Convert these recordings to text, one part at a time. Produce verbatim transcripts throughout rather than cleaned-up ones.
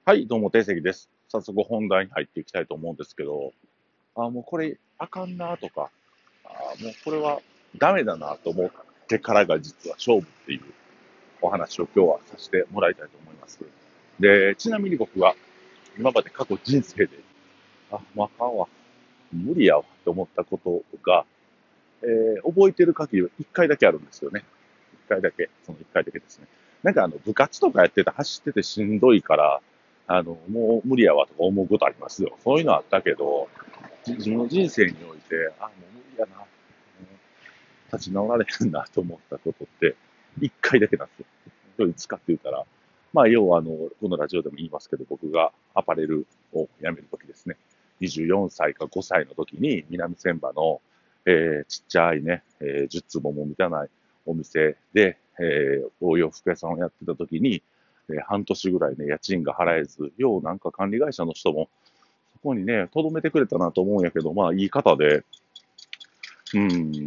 はい、どうも、定石です。早速本題に入っていきたいと思うんですけど、あ、もうこれあかんなとか、あ、もうこれはダメだなと思ってからが実は勝負っていうお話を今日はさせてもらいたいと思います。で、ちなみに僕は今まで過去人生で、あ、もうあかんわ、無理やわって思ったことが、えー覚えてる限りはいっかいだけあるんですよね。いっかいだけ、そのいっかいだけですね。なんかあの部活とかやってて走っててしんどいから、あの、もう無理やわとか思うことありますよ。そういうのあったけど、自分の人生において、あ、もう無理やな、もう立ち直られへんなと思ったことって、いっかいだけなんですよ。それいつかって言ったら、まあ、要はあの、このラジオでも言いますけど、僕がアパレルを辞めるときですね。にじゅうよんさいかごさいの時に、南千葉の、えーちっちゃいね、えー、じゅっ坪も満たないお店で、えー、お洋服屋さんをやってた時に、えー半年ぐらいね、家賃が払えず、ようなんか管理会社の人も、そこにね、とどめてくれたなと思うんやけど、まあ、いい方で、うん、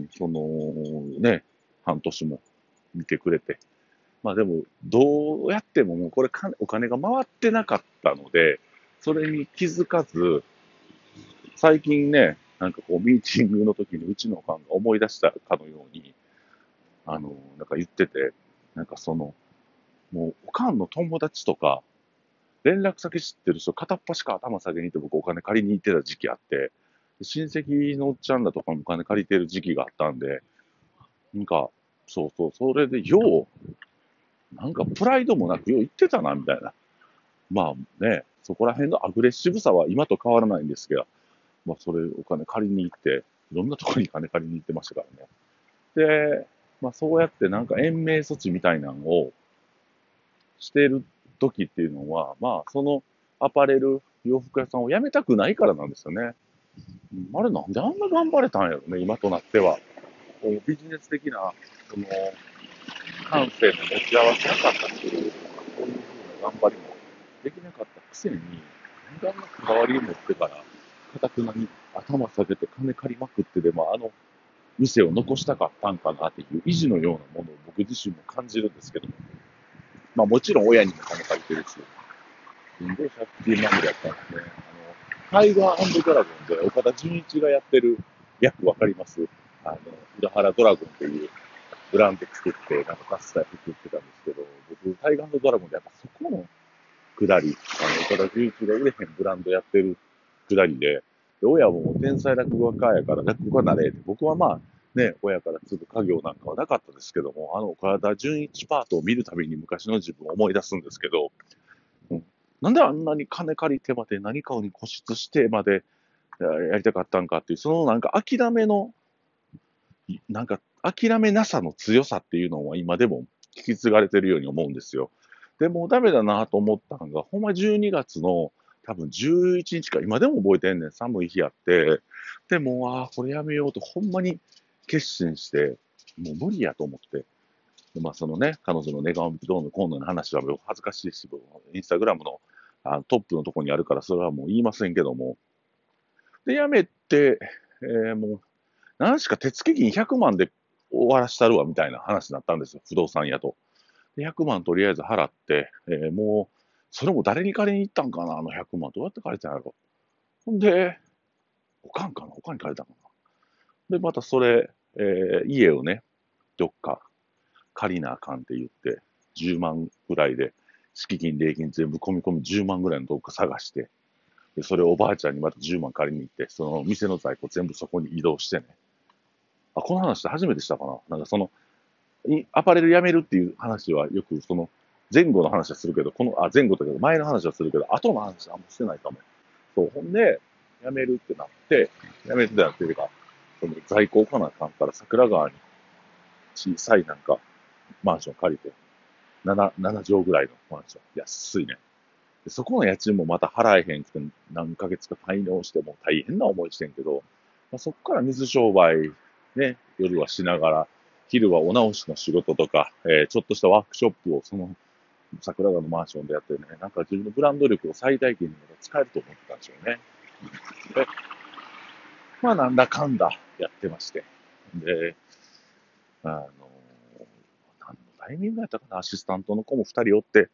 その、ね、半年も見てくれて、まあでも、どうやってももうこれかお金が回ってなかったので、それに気づかず、最近ね、なんかこうミーティングの時にうちのファンが思い出したかのように、あの、なんか言ってて、なんかその、もうおかんの友達とか、連絡先知ってる人片っ端か頭下げに行って僕お金借りに行ってた時期あって、親戚のおっちゃんらとかもお金借りてる時期があったんで、なんか、そうそう、それでよう、なんかプライドもなくよう言ってたな、みたいな。まあね、そこら辺のアグレッシブさは今と変わらないんですけど、まあそれお金借りに行って、いろんなところに金借りに行ってましたからね。で、まあそうやってなんか延命措置みたいなのをしてる時っていうのは、まあそのアパレル洋服屋さんを辞めたくないからなんですよね。あれなんであんな頑張れたんやろね、今となっては。こうビジネス的な、その、感性の持ち合わせなかったっていう、そういうふうな頑張りもできなかったくせに、なんであんなこだわりを持ってから、かたくなに頭下げて金借りまくってでも、あの店を残したかったんかなっていう意地のようなものを僕自身も感じるんですけど、まあもちろん親にも金借りてるし、すんごい借金まみれやったんですね。あの、タイガードラゴンで岡田准一がやってる役わかります？あの、裏原ドラゴンっていうブランド作って、なんかカスタ作ってたんですけど、僕、タイガードラゴンでやっぱそこの下り、あの、岡田准一が売れへんブランドやってる下りで、で親も天才落語家やから落語家なれって、僕はまあ、ね、親から継ぐ家業なんかはなかったですけども、あの岡田准一パートを見るたびに昔の自分を思い出すんですけど、うん、なんであんなに金借りてまで何かに固執してまでやりたかったんかっていう、そのなんか諦めの、なんか諦めなさの強さっていうのは今でも引き継がれてるように思うんですよ。でもうダメだなと思ったのが、ほんまじゅうにがつの多分じゅういちにちか、今でも覚えてんねん、寒い日やって、でもう、ああ、これやめようとほんまに決心して、もう無理やと思って、でまあそのね、彼女の寝顔見てどうのこうのの話は恥ずかしいし、インスタグラムのあのトップのところにあるから、それはもう言いませんけども、で、やめて、えーもう何しか手付金ひゃくまんで終わらしたるわみたいな話になったんですよ、不動産屋と。でひゃくまんとりあえず払って、えーもう、それも誰に借りに行ったんかな、あのひゃくまん。どうやって借りたんやろ。ほんで、おかんかな、おかんに借りたんかな。で、またそれ、えー家をね、どっか借りなあかんって言って、じゅうまんぐらいで、敷金、礼金全部込み込みじゅうまんぐらいのどっか探して、で、それをおばあちゃんにまたじゅうまん借りに行って、その店の在庫全部そこに移動してね。あ、この話初めてしたかな。なんかその、アパレル辞めるっていう話はよくその前後の話はするけど、この、あ、前後というか前の話はするけど、後の話はあんましてないかも。そう、ほんで、辞めるってなって、辞めるってなっていうか、その在庫かなあかんから桜川に小さいなんかマンション借りて、なな、なな畳ぐらいのマンション。安いね。でそこの家賃もまた払えへんくて、何ヶ月か滞納しても大変な思いしてんけど、まあ、そこから水商売、ね、夜はしながら、昼はお直しの仕事とか、えーちょっとしたワークショップをその桜川のマンションでやってね、なんか自分のブランド力を最大限に使えると思ってたんでしょうね。で、まあなんだかんだやってまして。で、あの、何のタイミングやったかな、アシスタントの子も二人おって、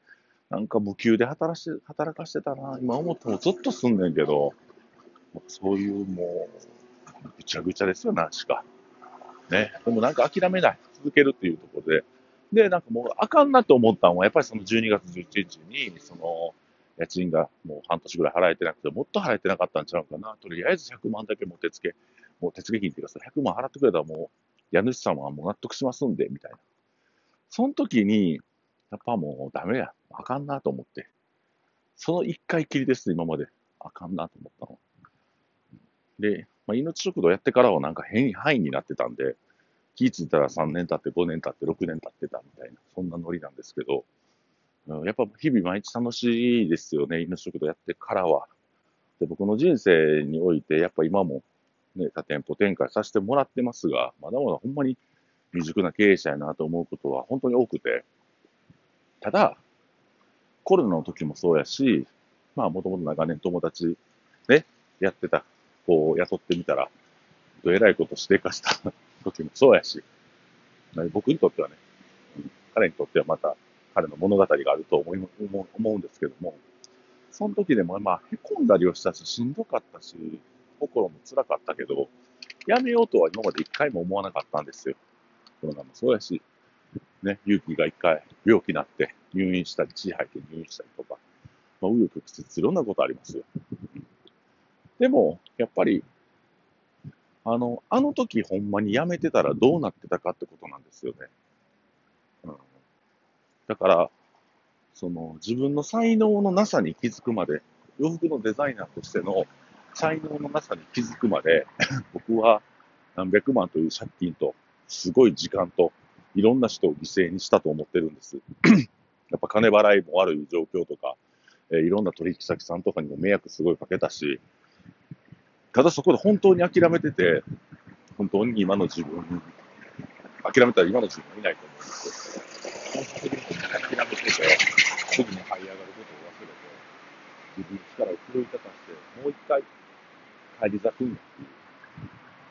なんか無給で働して、働かしてたな。今思ってもずっとすんねんけど、そういうもう、ぐちゃぐちゃですよ、なんしか。ね。でもなんか諦めない。続けるっていうところで。で、なんかもうあかんなと思ったのは、やっぱりそのじゅうにがつじゅういちにちに、その、家賃がもう半年ぐらい払えてなくて、もっと払えてなかったんちゃうかな。とりあえずひゃくまんだけもう手付け、もう手付金っていうか、そのひゃくまん払ってくれたらもう、家主様はもう納得しますんで、みたいな。その時に、やっぱもうダメや。あかんなと思って。その一回きりです、今まで。あかんなと思ったの。で、まあ、命食堂やってからはなんか変異範囲になってたんで、気ぃついたらさんねん経ってごねん経ってろくねん経ってたみたいな、そんなノリなんですけど、うん、やっぱ日々毎日楽しいですよね、命食堂やってからは。で、僕の人生において、やっぱ今もね、多店舗展開させてもらってますが、まだまだほんまに未熟な経営者やなと思うことは本当に多くて、ただ、コロナの時もそうやし、まあ、もともと長年友達、ね、やってた子を雇ってみたら、どえらいことしてかした時もそうやし、僕にとってはね、彼にとってはまた彼の物語があると思い思う思うんですけども、その時でもまあ、へこんだりはしたし、しんどかったし、心も辛かったけど、やめようとは今まで一回も思わなかったんですよ。コロナもそうやし、ね、勇気が一回病気になって入院したり、血吐いて入院したりとか、まあ、紆余曲折いろんなことありますよ。でも、やっぱり、あの、あの時ほんまにやめてたらどうなってたかってことなんですよね。うん、だから、その自分の才能のなさに気づくまで、洋服のデザイナーとしての才能のなさに気づくまで、僕は何百万という借金と、すごい時間と、いろんな人を犠牲にしたと思ってるんです。やっぱ金払いも悪い状況とか、えーいろんな取引先さんとかにも迷惑すごいかけたし、ただそこで本当に諦めてて、本当に今の自分、諦めたら今の自分いないと思うんですよ。この先で諦めてて、すぐに這い上がることを忘れて、自分の力を奮い立たせて、もう一回返り咲くんやっていう。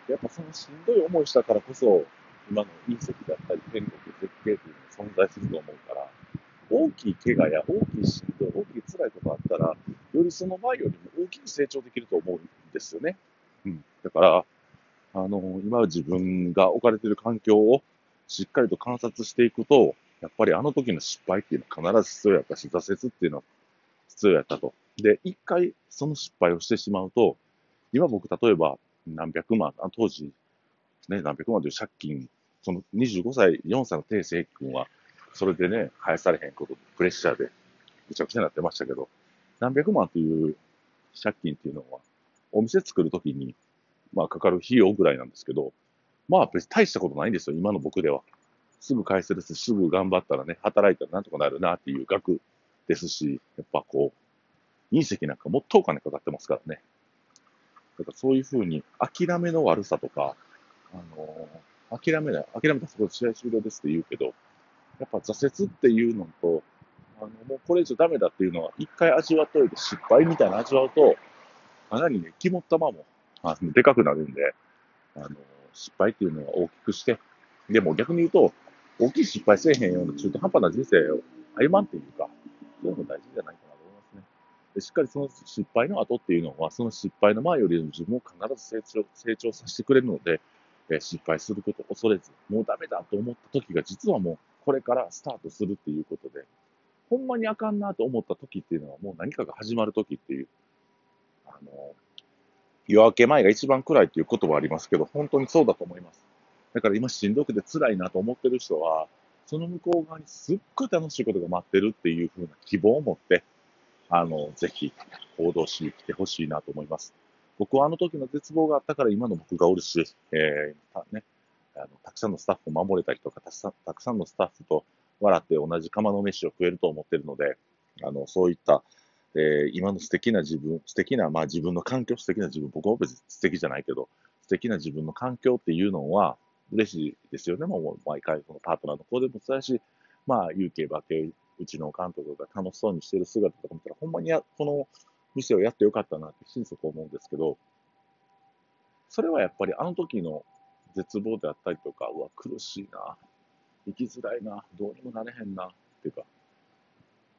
やっぱそのしんどい思いしたからこそ、今の隕石だったり天国、絶景っていうのが存在すると思うから、大きい怪我や大きいしんどい、大きい辛いことがあったら、よりその前よりも大きく成長できると思うんですよね。うん。だから、あの、今自分が置かれている環境をしっかりと観察していくと、やっぱりあの時の失敗っていうのは必ず必要やったし、挫折っていうのは必要やったと。で、一回その失敗をしてしまうと、今僕例えば何百万、あ当時ね、何百万という借金、そのにじゅうごさい、よんさいの定世君は、それでね、返されへんこと、プレッシャーでぐちゃぐちゃになってましたけど、何百万という借金っていうのは、お店作るときに、まあかかる費用ぐらいなんですけど、まあ別に大したことないんですよ、今の僕では。すぐ返せるし、すぐ頑張ったらね、働いたらなんとかなるなっていう額ですし、やっぱこう、隕石なんかもっとお金かかってますからね。だからそういうふうに諦めの悪さとか、あのー諦めない、諦めたらそこで試合終了ですって言うけど、やっぱ挫折っていうのと、あのもうこれ以上ダメだっていうのは、一回味わっといて失敗みたいな味わうと、かなりね、肝っ玉もあのでかくなるんで、あの失敗っていうのは大きくして、でも逆に言うと、大きい失敗せえへんような中途半端な人生を歩まんっていうか、そういうのも大事じゃないかなと思いますね。でしっかりその失敗の後っていうのは、その失敗の前よりも自分を必ず成長成長させてくれるので、えー失敗することを恐れず、もうダメだと思った時が実はもうこれからスタートするっていうことで、ほんまにあかんなと思った時っていうのはもう何かが始まる時っていう、あの、夜明け前が一番暗いっていう言葉ありますけど、本当にそうだと思います。だから今しんどくて辛いなと思ってる人は、その向こう側にすっごい楽しいことが待ってるっていう風な希望を持って、あの、ぜひ行動しに来てほしいなと思います。僕はあの時の絶望があったから今の僕がおるし、えーたね、あのたくさんのスタッフを守れたりとか、たくさんたくさんのスタッフと笑って同じ釜の飯を食えると思ってるので、あのそういった、えー今の素敵な自分、素敵な、まあ、自分の環境、素敵な自分、僕は別に素敵じゃないけど、素敵な自分の環境っていうのは嬉しいですよね。もう毎回、そのパートナーの子でもそうやし、まあ、有形馬形、うちの監督が楽しそうにしてる姿とか見たら、ほんまにやこの店をやってよかったなって心底思うんですけど、それはやっぱりあの時の絶望であったりとか、うわ、苦しいな、生きづらいな、どうにもなれへんな、っていうか、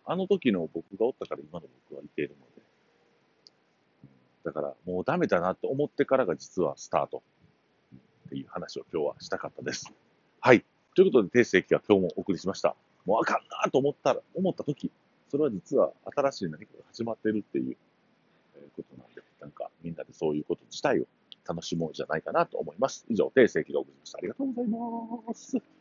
あの時の僕がおったから今の僕はいけるので。だからもうダメだなって思ってからが実はスタートっていう話を今日はしたかったです。はい。ということで、定世紀は今日もお送りしました。もうあかんなと思ったら、思った時、それは実は新しい何かが始まってるっていうことなんで、なんかみんなでそういうこと自体を楽しもうじゃないかなと思います。以上、定世紀がお送りしました。ありがとうございます。